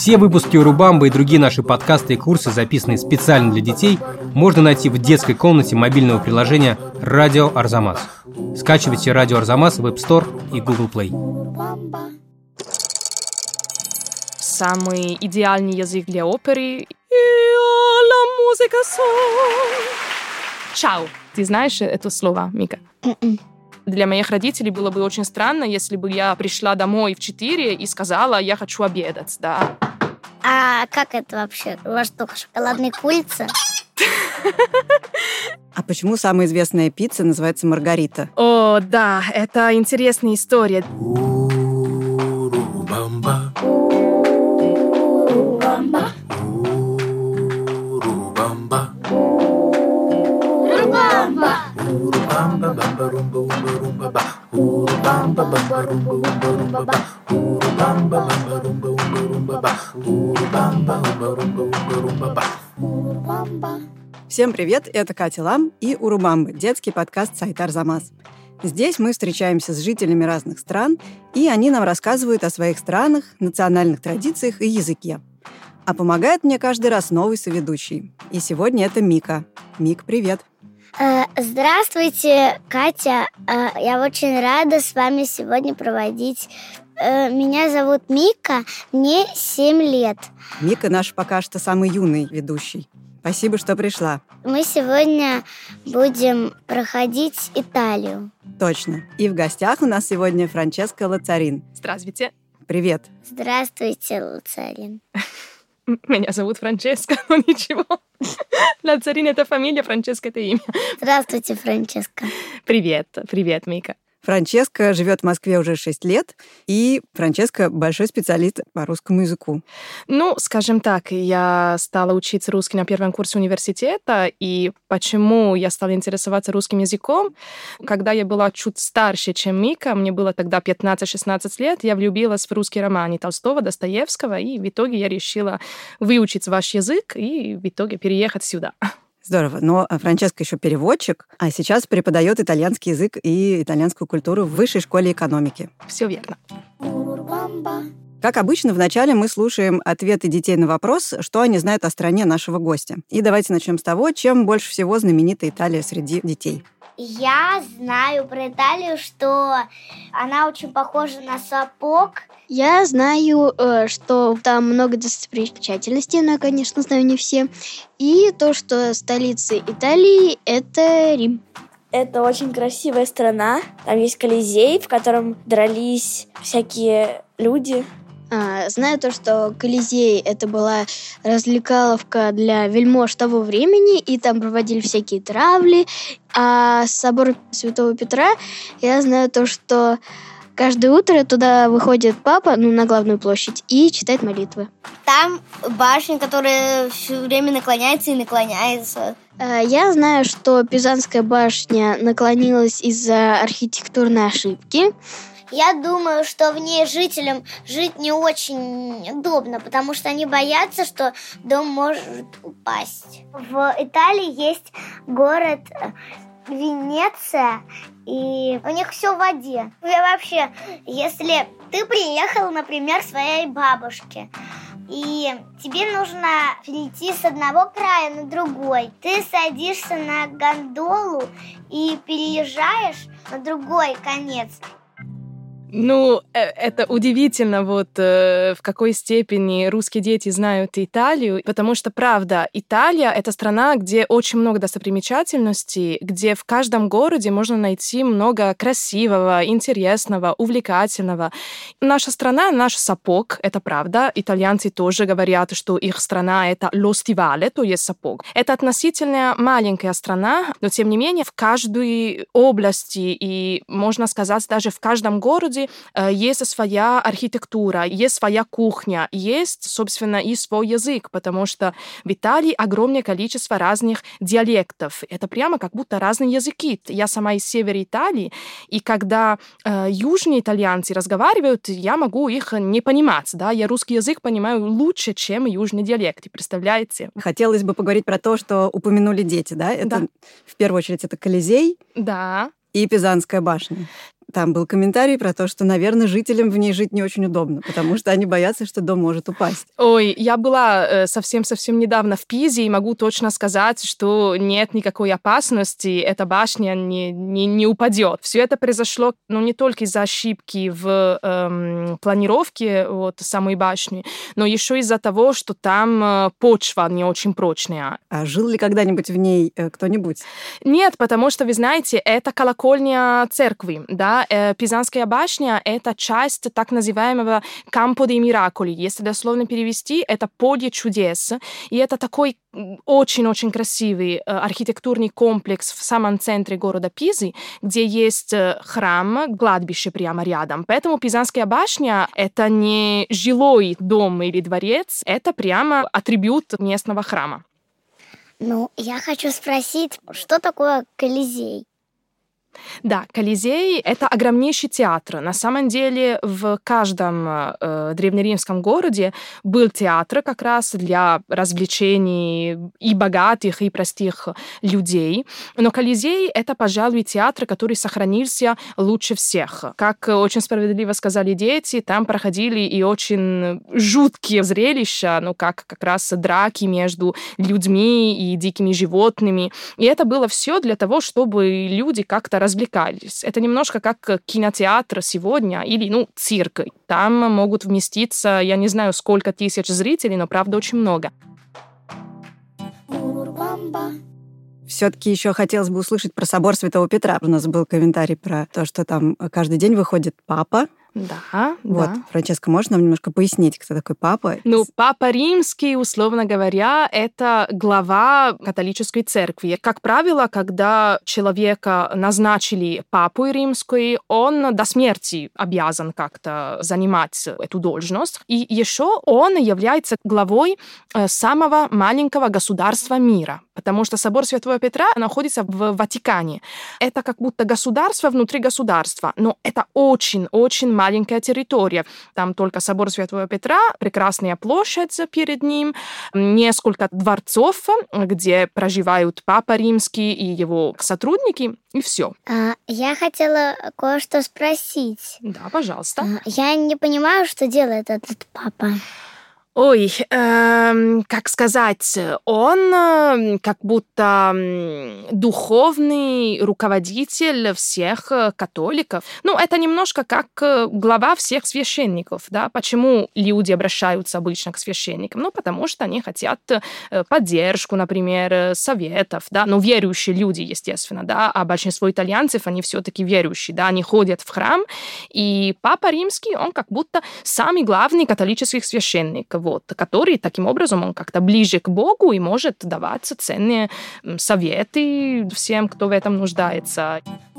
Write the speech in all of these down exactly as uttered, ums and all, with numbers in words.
Все выпуски Урубамбы и другие наши подкасты и курсы, записанные специально для детей, можно найти в детской комнате мобильного приложения «Радио Арзамас». Скачивайте «Радио Арзамас» в App Store и Google Play. Самый идеальный язык для оперы. Чао. Ты знаешь это слово, Мика? Mm-mm. Для моих родителей было бы очень странно, если бы я пришла домой в четыре и сказала, я хочу обедать, да. А как это вообще? У вас что, шоколадные курицы? А почему самая известная пицца называется Маргарита? О, да, это интересная история. Урубамба. Урубамба. Урубамба. Урубамба. Урубамба, бамба, румба, умба, румба, ба. Урубамба, бамба, румба, умба, румба, ба. Урубамба, бамба, румба, умба, румба, ба. Урубамба, умба, румба, умба, румба, ба. Урубамба. Всем привет, это Катя Лам и Урубамба, детский подкаст сайта Арзамас. Здесь мы встречаемся с жителями разных стран, и они нам рассказывают о своих странах, национальных традициях и языке. А помогает мне каждый раз новый соведущий. И сегодня это Мика. Мик, привет. Здравствуйте, Катя. Я очень рада с вами сегодня проводить. Меня зовут Мика, мне семь лет. Мика наш пока что самый юный ведущий. Спасибо, что пришла. Мы сегодня будем проходить Италию. Точно. И в гостях у нас сегодня Франческа Лацарин. Здравствуйте. Привет. Здравствуйте, Лацарин. Меня зовут Франческа, но ничего. Лацарин — это фамилия, Франческа — это имя. Здравствуйте, Франческа. Привет, привет, Мика. Франческа живет в Москве уже шесть лет, и Франческа большой специалист по русскому языку. Ну, скажем так, я стала учиться русский на первом курсе университета, и почему я стала интересоваться русским языком? Когда я была чуть старше, чем Мика, мне было тогда пятнадцать-шестнадцать лет, я влюбилась в русский роман Толстого, Достоевского, и в итоге я решила выучить ваш язык и в итоге переехать сюда. Здорово. Но Франческа еще переводчик, а сейчас преподает итальянский язык и итальянскую культуру в Высшей школе экономики. Все верно. Как обычно, вначале мы слушаем ответы детей на вопрос, что они знают о стране нашего гостя. И давайте начнем с того, чем больше всего знаменита Италия среди детей. Я знаю про Италию, что она очень похожа на сапог. Я знаю, что там много достопримечательностей, но, конечно, знаю не все. И то, что столица Италии – это Рим. Это очень красивая страна. Там есть Колизей, в котором дрались всякие люди. А, знаю то, что Колизей – это была развлекаловка для вельмож того времени, и там проводили всякие травли. А собор Святого Петра, я знаю то, что каждое утро туда выходит папа, ну, на главную площадь, и читает молитвы. Там башня, которая все время наклоняется и наклоняется. А, я знаю, что Пизанская башня наклонилась из-за архитектурной ошибки. Я думаю, что в ней жителям жить не очень удобно, потому что они боятся, что дом может упасть. В Италии есть город Венеция, и у них все в воде. И вообще, если ты приехал, например, к своей бабушке, и тебе нужно перейти с одного края на другой, ты садишься на гондолу и переезжаешь на другой конец. Ну, это удивительно, вот в какой степени русские дети знают Италию, потому что, правда, Италия — это страна, где очень много достопримечательностей, где в каждом городе можно найти много красивого, интересного, увлекательного. Наша страна — наш сапог, это правда. Итальянцы тоже говорят, что их страна — это lo stivale, то есть сапог. Это относительно маленькая страна, но, тем не менее, в каждой области и, можно сказать, даже в каждом городе есть своя архитектура, есть своя кухня, есть, собственно, и свой язык, потому что в Италии огромное количество разных диалектов. Это прямо как будто разные языки. Я сама из севера Италии, и когда э, южные итальянцы разговаривают, я могу их не понимать. Да? Я русский язык понимаю лучше, чем южный диалект. Представляете? Хотелось бы поговорить про то, что упомянули дети, да? Это, да. В первую очередь, это Колизей. Да. И Пизанская башня. Там был комментарий про то, что, наверное, жителям в ней жить не очень удобно, потому что они боятся, что дом может упасть. Ой, я была совсем-совсем недавно в Пизе и могу точно сказать, что нет никакой опасности, эта башня не, не, не упадет. Все это произошло, ну, не только из-за ошибки в эм, планировке вот, самой башни, но еще из-за того, что там почва не очень прочная. А жил ли когда-нибудь в ней э, кто-нибудь? Нет, потому что, вы знаете, это колокольня церкви, да, Пизанская башня — это часть так называемого Campo dei Miracoli. Если дословно перевести, это поле чудес. И это такой очень-очень красивый архитектурный комплекс в самом центре города Пизы, где есть храм, кладбище прямо рядом. Поэтому Пизанская башня — это не жилой дом или дворец, это прямо атрибут местного храма. Ну, я хочу спросить, что такое Колизей? Да, Колизей — это огромнейший театр. На самом деле в каждом э, древнеримском городе был театр как раз для развлечений и богатых, и простых людей. Но Колизей — это, пожалуй, театр, который сохранился лучше всех. Как очень справедливо сказали дети, там проходили и очень жуткие зрелища, ну, как как раз драки между людьми и дикими животными. И это было все для того, чтобы люди как-то развлекались. Это немножко как кинотеатр сегодня или, ну, цирк. Там могут вместиться, я не знаю, сколько тысяч зрителей, но, правда, очень много. Все-таки еще хотелось бы услышать про собор Святого Петра. У нас был комментарий про то, что там каждый день выходит папа. Да, вот, да. Франческа, можешь нам немножко пояснить, кто такой папа? Ну, Папа Римский, условно говоря, это глава католической церкви. Как правило, когда человека назначили папой римской, он до смерти обязан как-то занимать эту должность. И еще он является главой самого маленького государства мира, потому что собор Святого Петра находится в Ватикане. Это как будто государство внутри государства, но это очень-очень маленькая территория. Там только собор Святого Петра, прекрасная площадь перед ним, несколько дворцов, где проживают Папа Римский и его сотрудники, и все. А, я хотела кое-что спросить. Да, пожалуйста. А, я не понимаю, что делает этот папа. Ой, э, как сказать, он э, как будто э, духовный руководитель всех католиков. Ну, это немножко как глава всех священников, да. Почему люди обращаются обычно к священникам? Ну, потому что они хотят поддержку, например, советов, да. Ну, верующие люди, естественно, да. А большинство итальянцев, они все-таки верующие, да. Они ходят в храм, и Папа Римский, он как будто самый главный католический священник. Вот, который таким образом он как-то ближе к Богу и может давать ценные советы всем, кто в этом нуждается.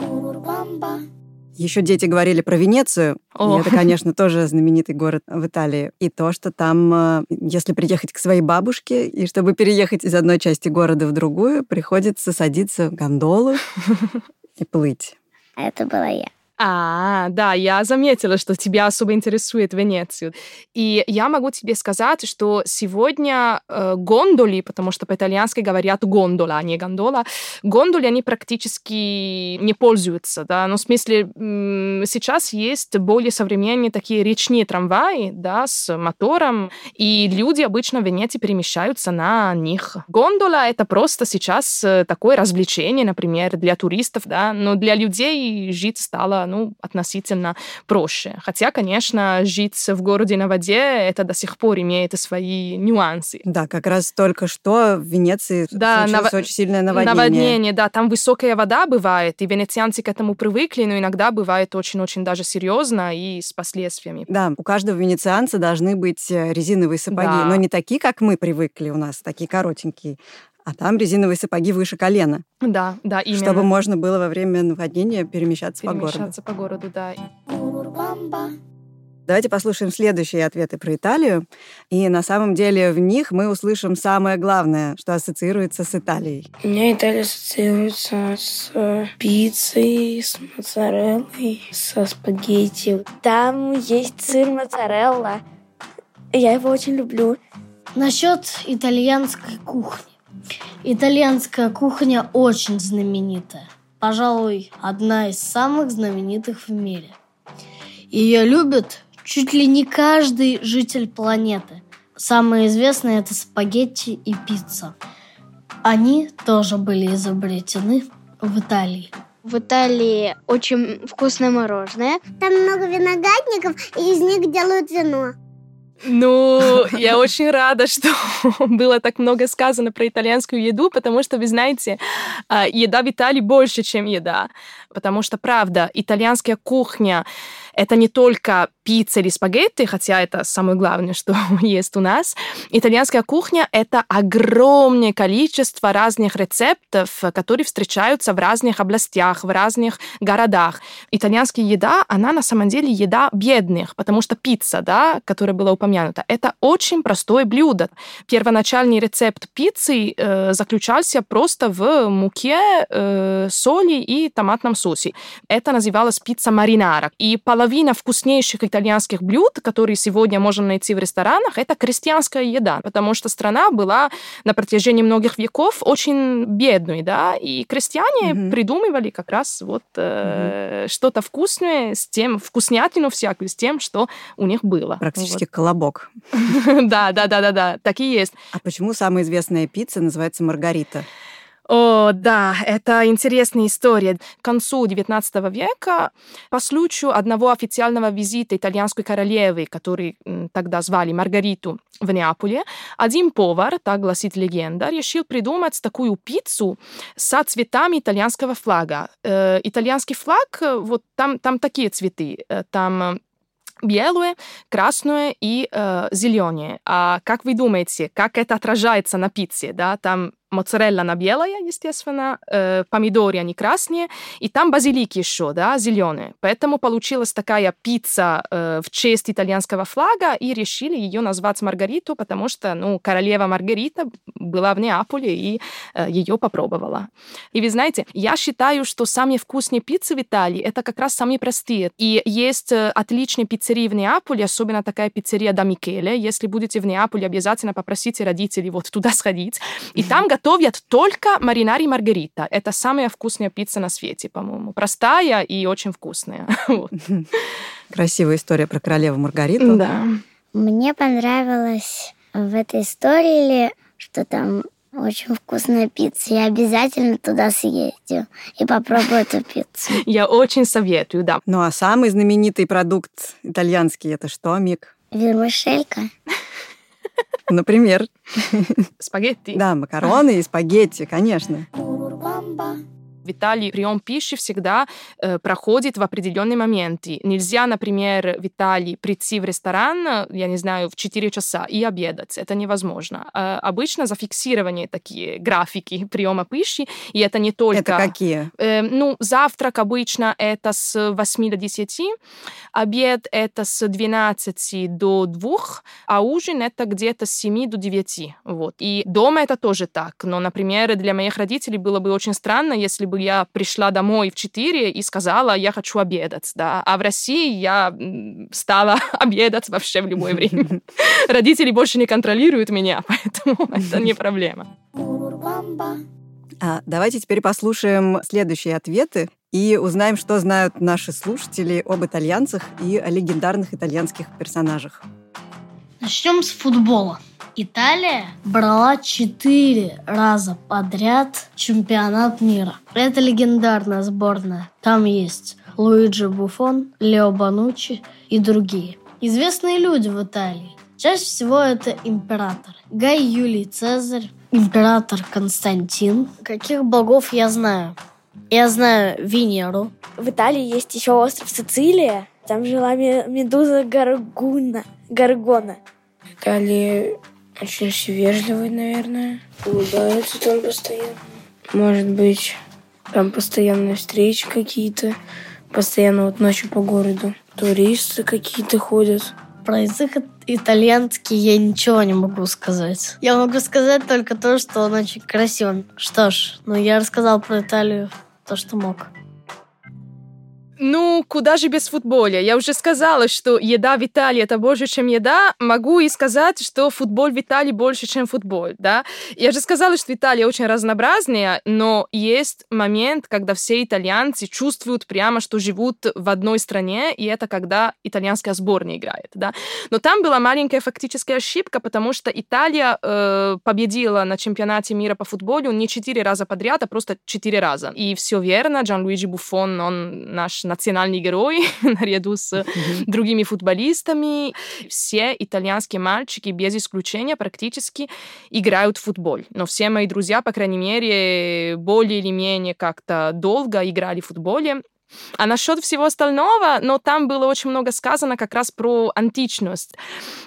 Еще дети говорили про Венецию. О. И это, конечно, тоже знаменитый город в Италии. И то, что там, если приехать к своей бабушке, и чтобы переехать из одной части города в другую, приходится садиться в гондолу и плыть. Это была я. А, да, я заметила, что тебя особо интересует Венецию. И я могу тебе сказать, что сегодня э, гондоли, потому что по-итальянски говорят гондола, а не гондола, гондоли, они практически не пользуются, да, ну, в смысле, м- сейчас есть более современные такие речные трамваи, да, с мотором, и люди обычно в Венеции перемещаются на них. Гондола — это просто сейчас такое развлечение, например, для туристов, да, но для людей жить стало, ну, относительно проще. Хотя, конечно, жить в городе на воде, это до сих пор имеет свои нюансы. Да, как раз только что в Венеции да, случилось нав... очень сильное наводнение. Наводнение, да, там высокая вода бывает, и венецианцы к этому привыкли, но иногда бывает очень-очень даже серьезно и с последствиями. Да, у каждого венецианца должны быть резиновые сапоги, да. но не такие, как мы привыкли у нас, такие коротенькие. А там резиновые сапоги выше колена. Да, да, именно. Чтобы можно было во время наводнения перемещаться, перемещаться по городу. по городу, да. Давайте послушаем следующие ответы про Италию. И на самом деле в них мы услышим самое главное, что ассоциируется с Италией. У меня Италия ассоциируется с пиццей, с моцареллой, со спагетти. Там есть сыр моцарелла. Я его очень люблю. Насчет итальянской кухни. Итальянская кухня очень знаменитая. пожалуй, одна из самых знаменитых в мире. Ее любит чуть ли не каждый житель планеты. Самые известные – это спагетти и пицца. Они тоже были изобретены в Италии. В Италии очень вкусное мороженое. Там много виноградников, и из них делают вино. Ну, я очень рада, что было так много сказано про итальянскую еду, потому что, вы знаете, еда в Италии больше, чем еда. Потому что, правда, итальянская кухня — это не только пицца или спагетти, хотя это самое главное, что есть у нас. Итальянская кухня — это огромное количество разных рецептов, которые встречаются в разных областях, в разных городах. Итальянская еда, она на самом деле еда бедных, потому что пицца, да, которая была упомянута, это очень простое блюдо. Первоначальный рецепт пиццы э, заключался просто в муке, э, соли и томатном соусе. Это называлось пицца маринара. И половина вкуснейших итальянских блюд, которые сегодня можно найти в ресторанах, это крестьянская еда, потому что страна была на протяжении многих веков очень бедной, да, и крестьяне mm-hmm. придумывали как раз вот э, mm-hmm. что-то вкусное с тем, вкуснятину всякую, с тем, что у них было. Практически вот. Колобок. Да, да, да, да, да, так и есть. А почему самая известная пицца называется Маргарита? О, да, это интересная история. К концу девятнадцатого века, по случаю одного официального визита итальянской королевы, который тогда звали Маргариту, в Неаполе, один повар, так гласит легенда, решил придумать такую пиццу со цветами итальянского флага. Э, итальянский флаг, вот там, там такие цветы, там белое, красное и э, зеленое. А как вы думаете, как это отражается на пицце? Да? Там моцарелла она белая, естественно, э, помидоры они красные, и там базилик еще, да, зеленый. Поэтому получилась такая пицца э, в честь итальянского флага, и решили ее назвать Маргариту, потому что, ну, королева Маргарита была в Неаполе и э, ее попробовала. И вы знаете, я считаю, что самые вкусные пиццы в Италии это как раз самые простые. И есть э, отличные пиццерии в Неаполе, особенно такая пиццерия Да Микеле. Если будете в Неаполе, обязательно попросите родителей вот туда сходить. И там готовят только маринари маргарита. Это самая вкусная пицца на свете, по-моему. Простая и очень вкусная. Вот. Красивая история про королеву Маргариту. Да. Мне понравилось в этой истории, что там очень вкусная пицца. Я обязательно туда съезжу и попробую эту пиццу. Я очень советую, да. Ну а самый знаменитый продукт итальянский это что, Мик? Вермишелька. Например. Спагетти. Да, макароны и спагетти, конечно. В Италии прием пищи всегда э, проходит в определенные моменты. Нельзя, например, в Италии прийти в ресторан, я не знаю, в четыре часа и обедать. Это невозможно. Э, обычно зафиксированы такие графики приема пищи, и это не только... Это какие? Э, ну, завтрак обычно это с восьми до десяти, обед это с двенадцати до двух, а ужин это где-то с семи до девяти. Вот. И дома это тоже так. Но, например, для моих родителей было бы очень странно, если бы я пришла домой в четыре и сказала, я хочу обедать, да. А в России я стала обедать вообще в любое время. Родители больше не контролируют меня, поэтому это не проблема. А, давайте теперь послушаем следующие ответы и узнаем, что знают наши слушатели об итальянцах и о легендарных итальянских персонажах. Начнем с футбола. Италия брала четыре раза подряд чемпионат мира. Это легендарная сборная. Там есть Луиджи Буффон, Лео Бануччи и другие. Известные люди в Италии. Чаще всего это императоры. Гай Юлий Цезарь, император Константин. Каких богов я знаю? Я знаю Венеру. В Италии есть еще остров Сицилия. Там жила медуза Гаргуна. Гаргона. Италия очень все вежливый, наверное. Улыбаются там постоянно. Может быть, там постоянные встречи какие-то. Постоянно вот ночью по городу туристы какие-то ходят. Про язык итальянский я ничего не могу сказать. Я могу сказать только то, что он очень красивый. Что ж, ну я рассказал про Италию то, что мог. Ну, куда же без футбола? Я уже сказала, что еда в Италии это больше, чем еда. Могу и сказать, что футбол в Италии больше, чем футбол, да? Я же сказала, что Италия очень разнообразная, но есть момент, когда все итальянцы чувствуют прямо, что живут в одной стране, и это когда итальянская сборная играет, да? Но там была маленькая фактическая ошибка, потому что Италия э, победила на чемпионате мира по футболу не четыре раза подряд, а просто четыре раза. И все верно, Джанлуиджи Буффон, он наш национальный герой наряду с mm-hmm. другими футболистами. Все итальянские мальчики без исключения практически играют в футбол. Но все мои друзья, по крайней мере, более или менее как-то долго играли в футболе. А насчет всего остального, но там было очень много сказано как раз про античность.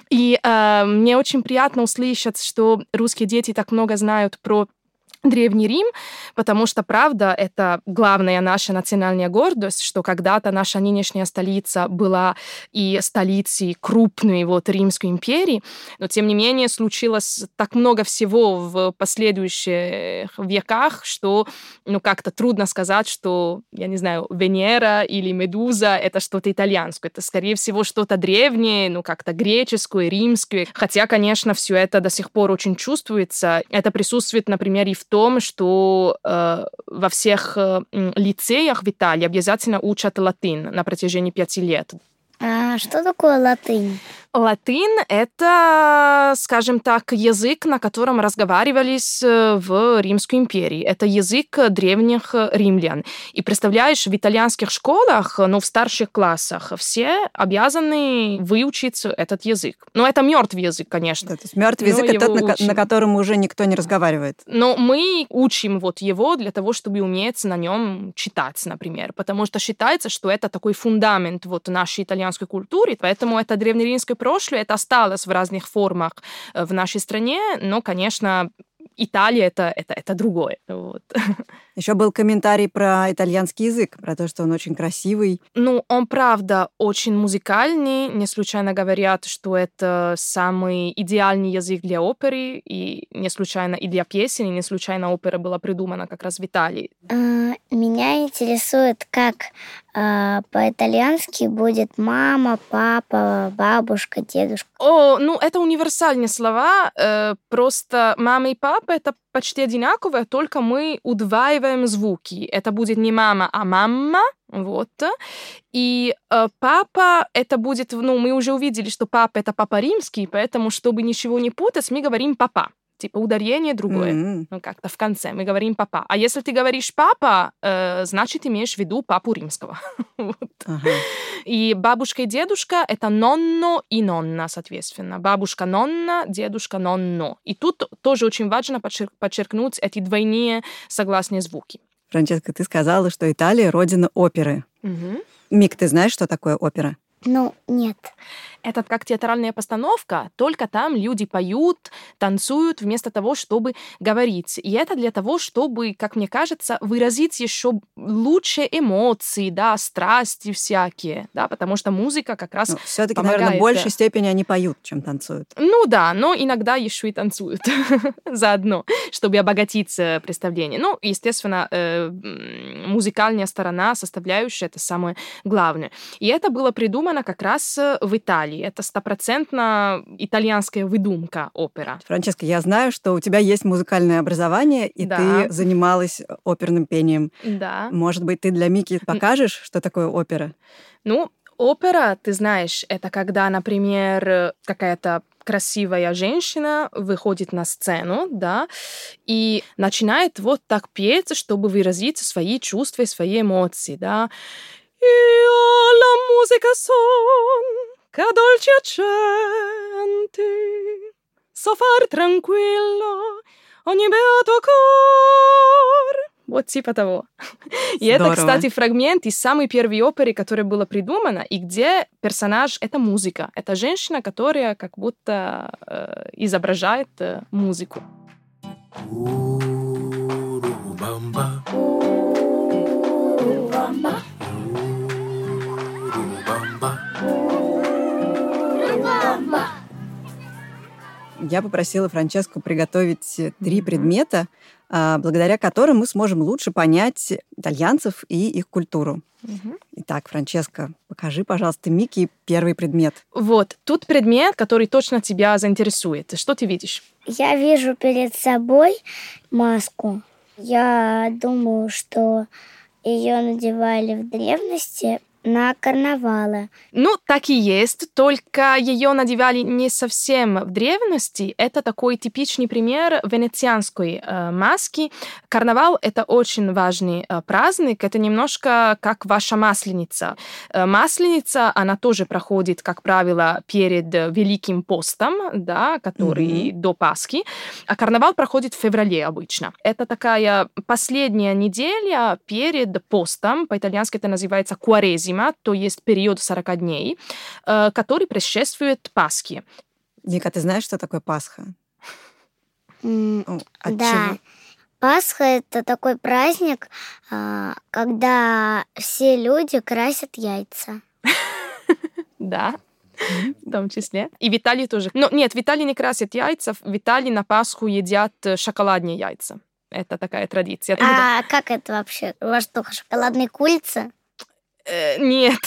И э, мне очень приятно услышать, что русские дети так много знают про Древний Рим, потому что, правда, это главная наша национальная гордость, что когда-то наша нынешняя столица была и столицей крупной вот Римской империи, но, тем не менее, случилось так много всего в последующих веках, что, ну, как-то трудно сказать, что, я не знаю, Венера или Медуза — это что-то итальянское. Это, скорее всего, что-то древнее, ну, как-то греческое, римское. Хотя, конечно, все это до сих пор очень чувствуется. Это присутствует, например, и в том, что э, во всех э, лицеях в Италии обязательно учат латынь на протяжении пяти лет. А что такое латынь? Латынь — это, скажем так, язык, на котором разговаривались в Римской империи. Это язык древних римлян. И представляешь, в итальянских школах, ну, в старших классах, все обязаны выучить этот язык. Но это мертвый язык, конечно. Да, то есть мертвый язык — это тот, на, на котором уже никто не разговаривает. Но мы учим вот его для того, чтобы уметь на нем читать, например. Потому что считается, что это такой фундамент вот нашей итальянской культуры. Поэтому это древнеримское прошлое, это осталось в разных формах в нашей стране, но, конечно, Италия это, это, это другое. Вот. Еще был комментарий про итальянский язык, про то, что он очень красивый. Ну, он, правда, очень музыкальный. Не случайно говорят, что это самый идеальный язык для оперы, и не случайно и для песен, и не случайно опера была придумана как раз в Италии. Меня интересует, как э, по-итальянски будет мама, папа, бабушка, дедушка. О, ну, это универсальные слова. Э, просто мама и папа — это почти одинаковое, только мы удваиваем звуки. Это будет не мама, а мамма. Вот. И э, папа, это будет... Ну, мы уже увидели, что папа — это папа римский, поэтому, чтобы ничего не путать, мы говорим папа. Типа ударение другое, mm-hmm. ну, как-то в конце. Мы говорим папа. А если ты говоришь папа, э, значит, имеешь в виду папу римского. Вот. Uh-huh. И бабушка и дедушка — это нонно и нонна, соответственно. Бабушка нонна, дедушка нонно. И тут тоже очень важно подчер- подчеркнуть эти двойные согласные звуки. Франческа, ты сказала, что Италия — родина оперы. Mm-hmm. Мик, ты знаешь, что такое опера? Ну, нет. Это как театральная постановка, только там люди поют, танцуют вместо того, чтобы говорить. И это для того, чтобы, как мне кажется, выразить еще лучше эмоции, да, страсти всякие, да, потому что музыка как раз ну, все-таки, помогает. Наверное, в большей степени они поют, чем танцуют. Ну да, но иногда еще и танцуют заодно, чтобы обогатить представление. Ну, естественно, музыкальная сторона, составляющая, это самое главное. И это было придумано как раз в Италии. Это стопроцентно итальянская выдумка опера. Франческа, я знаю, что у тебя есть музыкальное образование, и да. ты занималась оперным пением. Да. Может быть, ты для Мики покажешь, что такое опера? Ну, опера, ты знаешь, это когда, например, какая-то красивая женщина выходит на сцену, да, и начинает вот так петь, чтобы выразить свои чувства и свои эмоции, да. Io la musica son, che dolce accenti, so far tranquillo ogni beato cor. Вот типа того. И это, кстати, фрагмент из самой первой оперы, которая была придумана, и где персонаж — это музыка. Это женщина, которая как будто э, изображает э, музыку. Урубамба. я попросила Франческу приготовить три предмета, благодаря которым мы сможем лучше понять итальянцев и их культуру. Угу. Итак, Франческа, покажи, пожалуйста, Мики первый предмет. Вот, тут предмет, который точно тебя заинтересует. Что ты видишь? Я вижу перед собой маску. Я думаю, что ее надевали в древности на карнавалы. Ну, так и есть, только ее надевали не совсем в древности. Это такой типичный пример венецианской э, маски. Карнавал — это очень важный э, праздник. Это немножко как ваша масленица. Э, масленица, она тоже проходит, как правило, перед Великим постом, да, который mm-hmm. до Пасхи. А карнавал проходит в феврале обычно. Это такая последняя неделя перед постом. По-итальянски это называется куарезима, то есть период сорок дней, который предшествует Пасхе. Вика, ты знаешь, что такое Пасха? Mm, да. Чего? Пасха — это такой праздник, когда все люди красят яйца. Да, в том числе. И в Италии тоже. Но нет, в Италии не красят яйца, в Италии на Пасху едят шоколадные яйца. Это такая традиция. А как это вообще? У вас что, шоколадные курицы? Нет,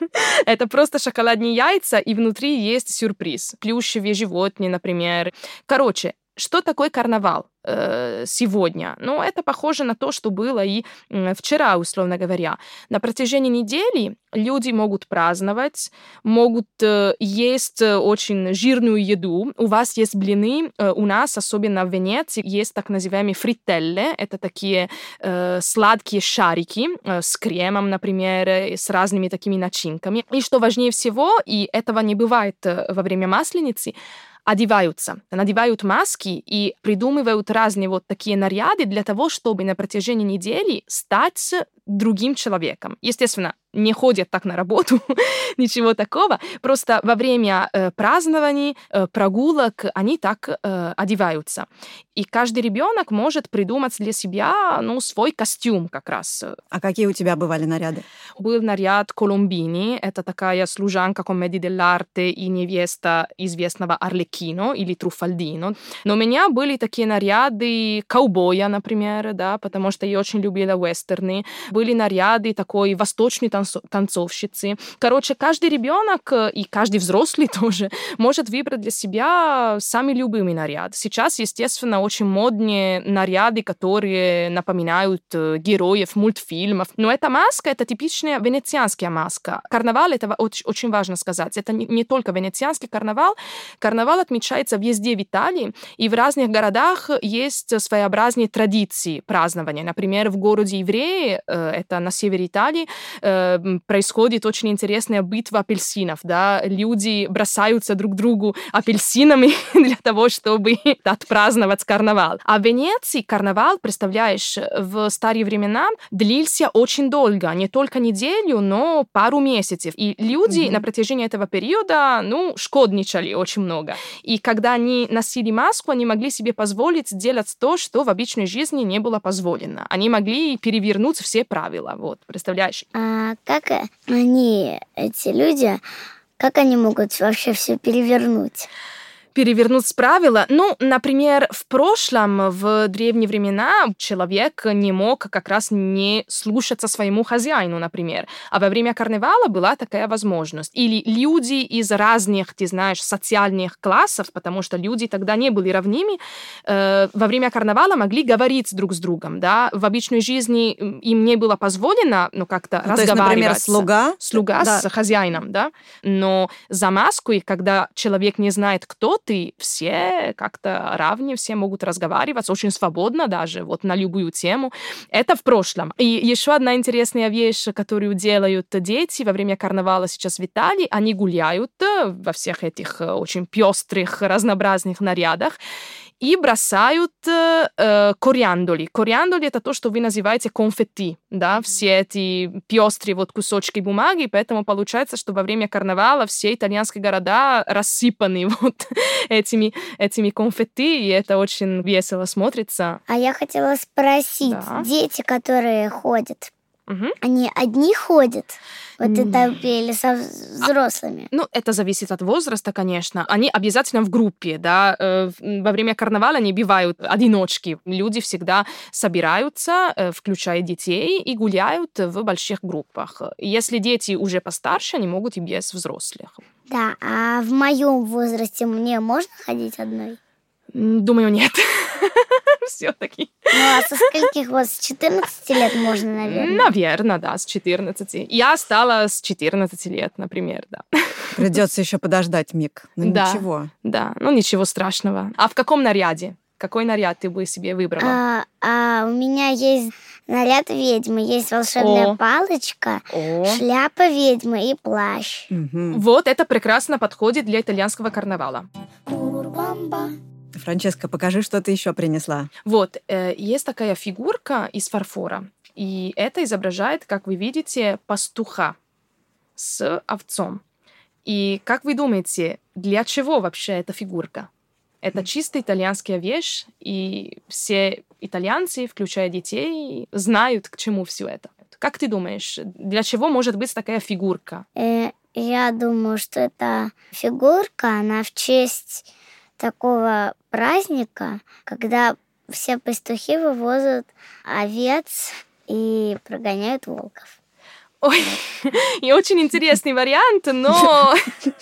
это просто шоколадные яйца, и внутри есть сюрприз. Плюшевые животные, например. Короче, что такое карнавал э, сегодня? Ну, это похоже на то, что было и э, вчера, условно говоря. На протяжении недели люди могут праздновать, могут э, есть очень жирную еду. У вас есть блины, э, у нас, особенно в Венеции, есть так называемые фрителле. Это такие э, сладкие шарики э, с кремом, например, с разными такими начинками. И что важнее всего, и этого не бывает во время Масленицы, одеваются, надевают маски и придумывают разные вот такие наряды для того, чтобы на протяжении недели стать другим человеком. Естественно, не ходят так на работу, ничего такого. Просто во время э, празднований, э, прогулок они так э, одеваются. И каждый ребенок может придумать для себя, ну, свой костюм как раз. А какие у тебя бывали наряды? Был наряд Коломбини. Это такая служанка комедии дел'arte и невеста известного Арлекино или Труффальдино. Но у меня были такие наряды ковбоя, например, да, потому что я очень любила вестерны. Были наряды такой восточной танцовщицы. Короче, каждый ребенок и каждый взрослый тоже может выбрать для себя самый любимый наряд. Сейчас, естественно, очень модные наряды, которые напоминают героев мультфильмов. Но эта маска — это типичная венецианская маска. Карнавал — это очень, очень важно сказать. Это не, не только венецианский карнавал. Карнавал отмечается везде в Италии, и в разных городах есть своеобразные традиции празднования. Например, в городе Ивреи, это на севере Италии, происходит очень интересная битва апельсинов, да, люди бросаются друг другу апельсинами для того, чтобы отпраздновать карнавал. А в Венеции карнавал, представляешь, в старые времена длился очень долго, не только неделю, но пару месяцев. И люди mm-hmm. на протяжении этого периода, ну, шкодничали очень много. И когда они носили маску, они могли себе позволить делать то, что в обычной жизни не было позволено. Они могли перевернуть все правила, вот, представляешь? А как они, эти люди, как они могут вообще все перевернуть? Перевернуть правила. Ну, например, в прошлом, в древние времена, человек не мог как раз не слушаться своему хозяину, например. А во время карнавала была такая возможность. Или люди из разных, ты знаешь, социальных классов, потому что люди тогда не были равными, э, во время карнавала могли говорить друг с другом, да. В обычной жизни им не было позволено, ну, как-то ну, разговаривать. То есть, например, слуга? Слуга да. с хозяином, да. Но за маской, когда человек не знает, кто ты, все как-то равны, все могут разговаривать очень свободно даже, вот на любую тему. Это в прошлом. И еще одна интересная вещь, которую делают дети во время карнавала сейчас в Италии, они гуляют во всех этих очень пестрых, разнообразных нарядах и бросают э, кориандоли. Кориандоли — это то, что вы называете конфетти, да, все эти пестрые вот кусочки бумаги, поэтому получается, что во время карнавала все итальянские города рассыпаны вот этими, этими конфетти, и это очень весело смотрится. А я хотела спросить, да. дети, которые ходят Угу. Они одни ходят в этой толпе или со взрослыми? А, ну, это зависит от возраста, конечно. Они обязательно в группе, да. Во время карнавала не бывают одиночки. Люди всегда собираются, включая детей, и гуляют в больших группах. Если дети уже постарше, они могут и без взрослых. Да, а в моем возрасте мне можно ходить одной? Думаю, нет. Все-таки. Ну, а со скольких вот с четырнадцати лет можно, наверное? Наверное, да, с четырнадцати. Я стала с четырнадцати лет, например, да. Придется еще подождать миг. Ну, да, ничего. Да, ну ничего страшного. А в каком наряде? Какой наряд ты бы себе выбрала? А, а у меня есть наряд ведьмы, есть волшебная О. палочка, О. шляпа ведьмы и плащ. Угу. Вот это прекрасно подходит для итальянского карнавала. Франческа, покажи, что ты еще принесла. Вот, э, есть такая фигурка из фарфора, и это изображает, как вы видите, пастуха с овцом. И как вы думаете, для чего вообще эта фигурка? Это чисто итальянская вещь, и все итальянцы, включая детей, знают, к чему все это. Как ты думаешь, для чего может быть такая фигурка? Э, я думаю, что эта фигурка, она в честь такого праздника, когда все пастухи вывозят овец и прогоняют волков. Ой, и очень интересный вариант, но,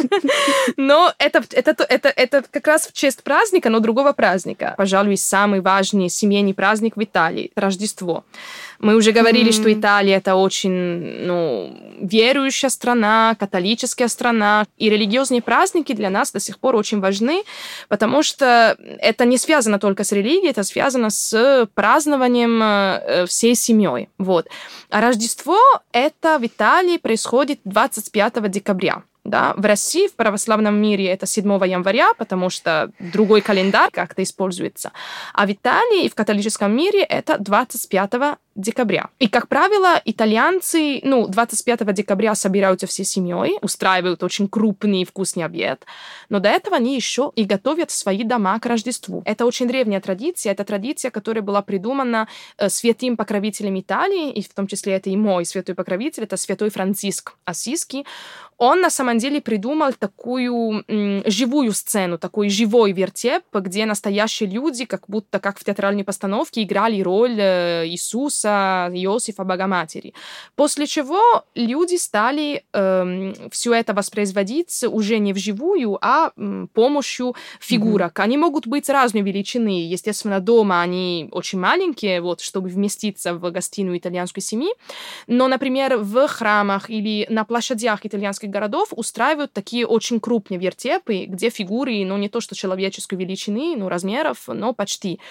но это, это, это, это как раз в честь праздника, но другого праздника. Пожалуй, самый важный семейный праздник в Италии – Рождество. Мы уже говорили, mm-hmm. что Италия – это очень ну, верующая страна, католическая страна, и религиозные праздники для нас до сих пор очень важны, потому что это не связано только с религией, это связано с празднованием всей семьей. Вот. А Рождество – это в Италии происходит двадцать пятого декабря. Да? В России, в православном мире это седьмого января, потому что другой календарь как-то используется. А в Италии и в католическом мире это двадцать пятого декабря. И, как правило, итальянцы, ну, двадцать пятого декабря собираются всей семьей, устраивают очень крупный и вкусный обед, но до этого они еще и готовят свои дома к Рождеству. Это очень древняя традиция, это традиция, которая была придумана э, святым покровителем Италии, и в том числе это и мой святой покровитель, это святой Франциск Ассизский. Он на самом деле придумал такую м, живую сцену, такой живой вертеп, где настоящие люди, как будто как в театральной постановке, играли роль э, Иисуса, Иосифа, Богоматери. После чего люди стали э, все это воспроизводить уже не вживую, а э, помощью фигурок. Mm-hmm. Они могут быть разной величины. Естественно, дома они очень маленькие, вот, чтобы вместиться в гостиную итальянской семьи. Но, например, в храмах или на площадях итальянских городов устраивают такие очень крупные вертепы, где фигуры, ну, не то что человеческой величины, ну, размеров, но почти.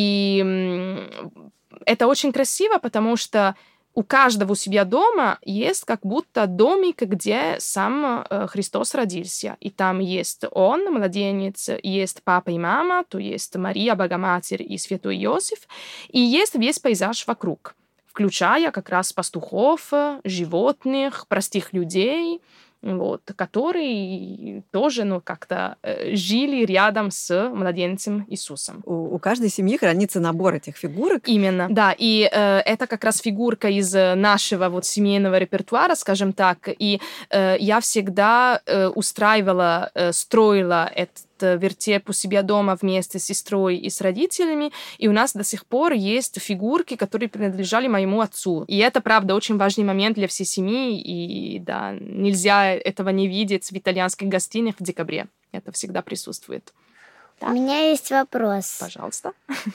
И м- это очень красиво, потому что у каждого у себя дома есть как будто домик, где сам э, Христос родился. И там есть он, младенец, есть папа и мама, то есть Мария, Богоматерь и святой Иосиф, и есть весь пейзаж вокруг, включая как раз пастухов, животных, простых людей, вот, которые тоже ну, как-то э, жили рядом с младенцем Иисусом. У, у каждой семьи хранится набор этих фигурок. Именно, да. И э, это как раз фигурка из нашего вот, семейного репертуара, скажем так. И э, я всегда э, устраивала, э, строила этот вертеп у себя дома вместе с сестрой и с родителями, и у нас до сих пор есть фигурки, которые принадлежали моему отцу. И это, правда, очень важный момент для всей семьи, и да, нельзя этого не видеть в итальянских гостиных в декабре. Это всегда присутствует. Да? У меня есть вопрос. Пожалуйста.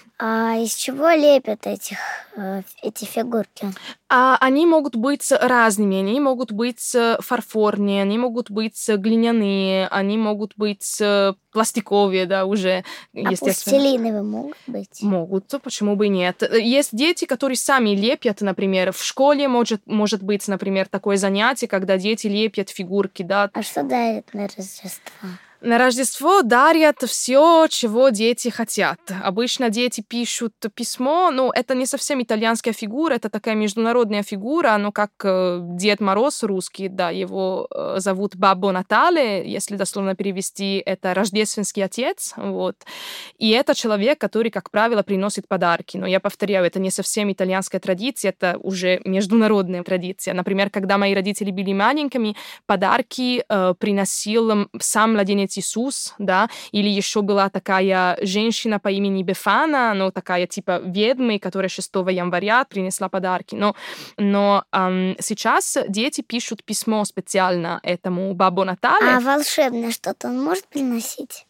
А из чего лепят этих, э, эти фигурки? А они могут быть разными. Они могут быть фарфорные, они могут быть глиняные, они могут быть пластиковые, да, уже, естественно. А пластилиновые могут быть? Могут, почему бы и нет. Есть дети, которые сами лепят, например, в школе может, может быть, например, такое занятие, когда дети лепят фигурки, да. А что дарят на Рождество? На Рождество дарят все, чего дети хотят. Обычно дети пишут письмо, но это не совсем итальянская фигура, это такая международная фигура, ну, как э, Дед Мороз русский, да, его э, зовут Баббо Натале, если дословно перевести, это рождественский отец, вот. И это человек, который, как правило, приносит подарки. Но я повторяю, это не совсем итальянская традиция, это уже международная традиция. Например, когда мои родители были маленькими, подарки э, приносил сам младенец Иисус, да, или еще была такая женщина по имени Бефана, ну, такая типа ведьмы, которая шестого января принесла подарки. Но, но эм, сейчас дети пишут письмо специально этому Баббо Натале. А волшебное что-то он может приносить?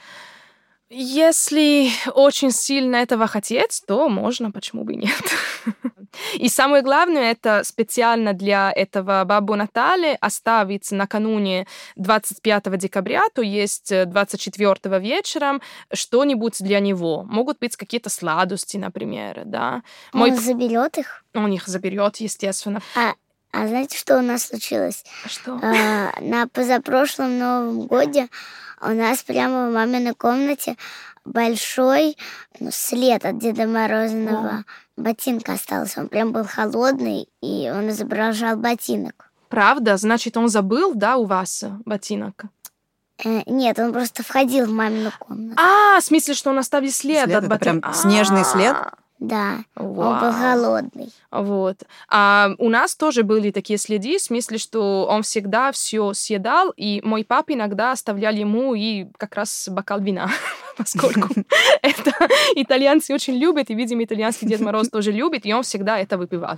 Если очень сильно этого хотеть, то можно, почему бы и нет. И самое главное, это специально для этого Баббо Натале оставить накануне двадцать пятого декабря, то есть двадцать четвёртого вечером, что-нибудь для него. Могут быть какие-то сладости, например, да. Он Мой... заберет их? Он их заберет, естественно. А, а знаете, что у нас случилось? Что? А, на позапрошлом Новом годе у нас прямо в маминой комнате большой ну, след от Деда Морозиного ботинка остался. Он прям был холодный, и он изображал ботинок. Правда? Значит, он забыл, да, у вас ботинок? Э, нет, он просто входил в мамину комнату. А, в смысле, что он оставил след, След, от это прям ботинка? снежный след? Да, Вау. он был холодный. Вот. А у нас тоже были такие следы, в смысле, что он всегда все съедал, и мой папа иногда оставлял ему и как раз бокал вина, поскольку это итальянцы очень любят, и, видимо, итальянский Дед Мороз тоже любит, и он всегда это выпивал.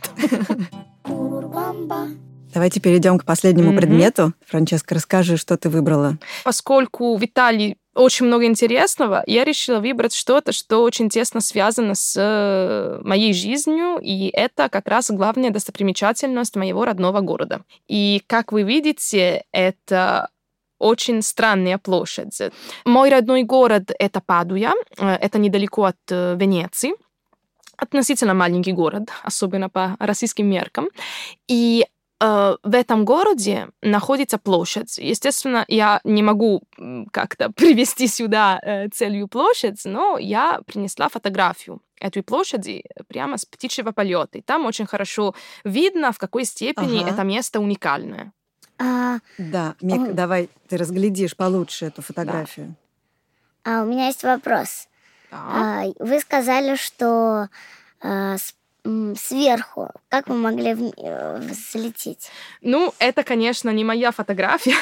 Давайте перейдем к последнему Мгм. предмету. Франческа, расскажи, что ты выбрала. Поскольку в Италии очень много интересного, я решила выбрать что-то, что очень тесно связано с э, моей жизнью, и это как раз главная достопримечательность моего родного города. И, как вы видите, это очень странная площадь. Мой родной город — это Падуя, э, это недалеко от э, Венеции, относительно маленький город, особенно по российским меркам. И э, в этом городе находится площадь. Естественно, я не могу м, как-то привести сюда э, целую площадь, но я принесла фотографию этой площади прямо с птичьего полета. И там очень хорошо видно, в какой степени Ага. это место уникальное. А, Да, Мик, Ой. давай ты разглядишь получше эту фотографию. а у меня есть вопрос. Да. А, вы сказали, что а, с- м, сверху. Как вы могли в- э, взлететь? Ну, это, конечно, не моя фотография.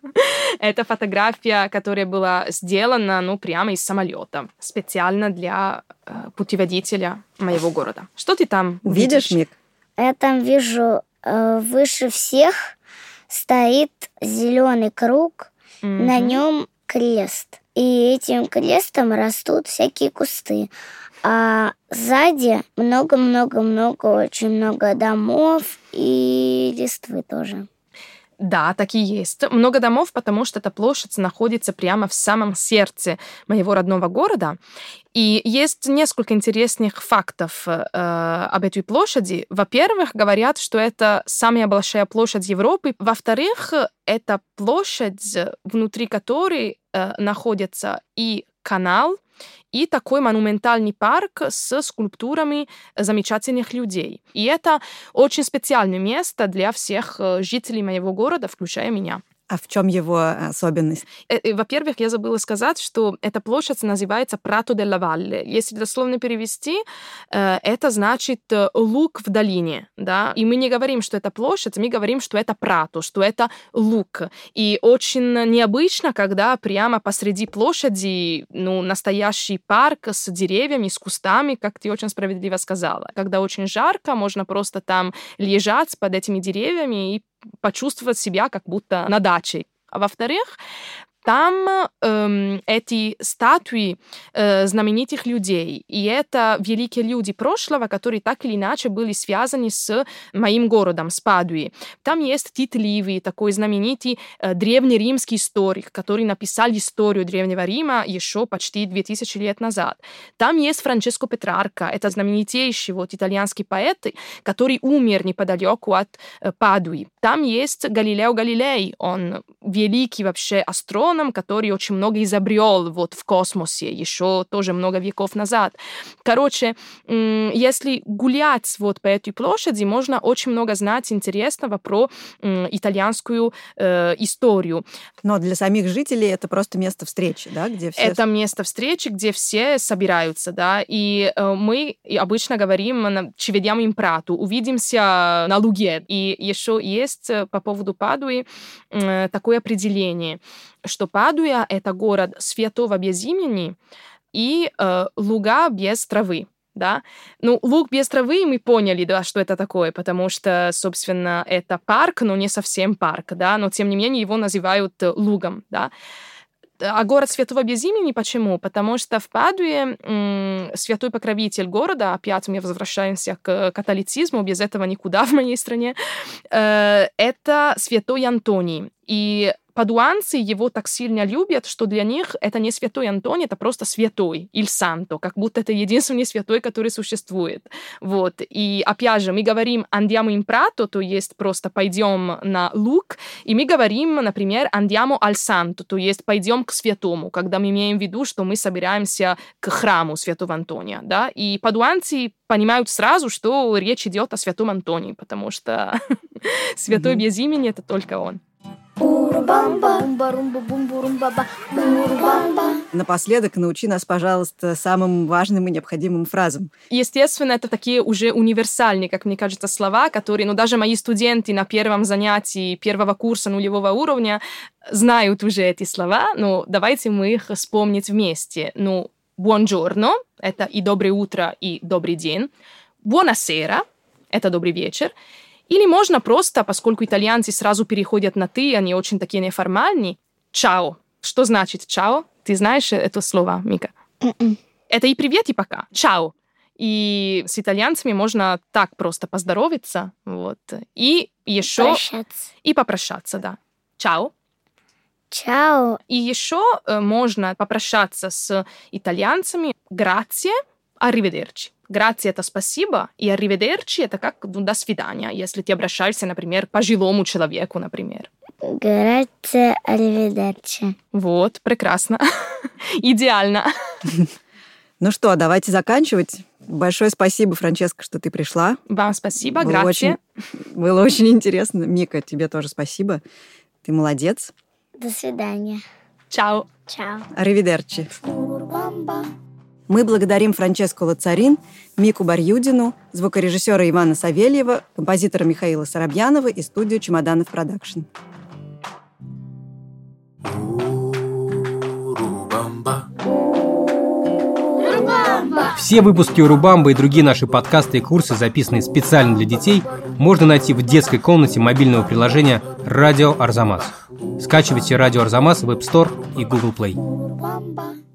Это фотография, которая была сделана, ну, прямо из самолета, специально для э, путеводителя моего города. Что ты там Видишь, Мик? Я там вижу э, выше всех стоит зеленый круг, Мгм. на нем крест. И этим крестом растут всякие кусты. А сзади много-много-много, очень много домов и листвы тоже. Да, так и есть. Много домов, потому что эта площадь находится прямо в самом сердце моего родного города. И есть несколько интересных фактов э, об этой площади. Во-первых, говорят, что это самая большая площадь Европы. Во-вторых, это площадь, внутри которой э, находится и канал, и такой монументальный парк с скульптурами замечательных людей. И это очень специальное место для всех э, жителей моего города, включая меня. А в чем его особенность? Э, э, Во-первых, я забыла сказать, что эта площадь называется Prato della Valle. Если дословно перевести, э, это значит э, луг в долине, да. И мы не говорим, что это площадь, мы говорим, что это прато, что это луг. И очень необычно, когда прямо посреди площади, ну, настоящий парк с деревьями, с кустами, как ты очень справедливо сказала. Когда очень жарко, можно просто там лежать под этими деревьями и почувствовать себя как будто на даче. А во-вторых, там эм, эти статуи э, знаменитых людей. И это великие люди прошлого, которые так или иначе были связаны с моим городом, с Падуей. Там есть Тит Ливий, такой знаменитый э, древнеримский историк, который написал историю Древнего Рима еще почти две тысячи лет назад. Там есть Франческо Петрарка, это знаменитейший вот, итальянский поэт, который умер неподалеку от э, Падуи. Там есть Галилео Галилей, он великий вообще астроном, ученым, который очень много изобрел вот в космосе, еще тоже много веков назад. Короче, если гулять вот по этой площади, можно очень много знать интересного про итальянскую э, историю. Но для самих жителей это просто место встречи, да, где все... Это место встречи, где все собираются, да, и э, мы обычно говорим «ci vediamo in prato», «увидимся на луге». И еще есть по поводу Падуи э, такое определение, что Падуя — это город святого без имени и э, луга без травы. Да? Ну, луг без травы мы поняли, да, что это такое, потому что, собственно, это парк, но не совсем парк, да, но, тем не менее, его называют лугом, да. А город святого без имени почему? Потому что в Падуе м, святой покровитель города, опять мы возвращаемся к католицизму, без этого никуда в моей стране, э, это святой Антоний. И падуанцы его так сильно любят, что для них это не святой Антоний, это просто святой, иль санто, как будто это единственный святой, который существует. Вот. И опять же, мы говорим andiamo in prato, то есть просто пойдем на луг, и мы говорим, например, andiamo al santo, то есть пойдем к святому, когда мы имеем в виду, что мы собираемся к храму святого Антония. Да? И падуанцы понимают сразу, что речь идет о святом Антонии, потому что святой без имени — это только он. Напоследок научи нас, пожалуйста, самым важным и необходимым фразам. Естественно, это такие уже универсальные, как мне кажется, слова, которые, ну, даже мои студенты на первом занятии первого курса нулевого уровня знают уже эти слова, но давайте мы их вспомнить вместе. Ну, buongiorno — это и доброе утро, и добрый день. Buonasera — это добрый вечер. Или можно просто, поскольку итальянцы сразу переходят на «ты», они очень такие неформальные, «чао». Что значит «чао»? Ты знаешь это слово, Мика? Mm-mm. Это и привет, и пока. «Чао». И с итальянцами можно так просто поздороваться. Вот. И еще... Прощаться. И попрощаться, да. «Чао». Чао. И еще можно попрощаться с итальянцами «grazie», «arrivederci». Grazie — это спасибо, и arrivederci — это как ну, до свидания, если ты обращаешься, например, к пожилому человеку, например. Grazie, arrivederci. Вот, прекрасно. Идеально. Ну что, давайте заканчивать. Большое спасибо, Франческа, что ты пришла. Вам спасибо, было grazie. Очень, было очень интересно. Мика, тебе тоже спасибо. Ты молодец. До свидания. Чао. Чао. Arrivederci. Мы благодарим Франческу Лацарин, Мику Барьюдину, звукорежиссера Ивана Савельева, композитора Михаила Соробьянова и студию «Чемоданов Продакшн». Все выпуски Урубамбы и другие наши подкасты и курсы, записанные специально для детей, можно найти в детской комнате мобильного приложения «Радио Арзамас». Скачивайте «Радио Арзамас» в App Store и Google Play.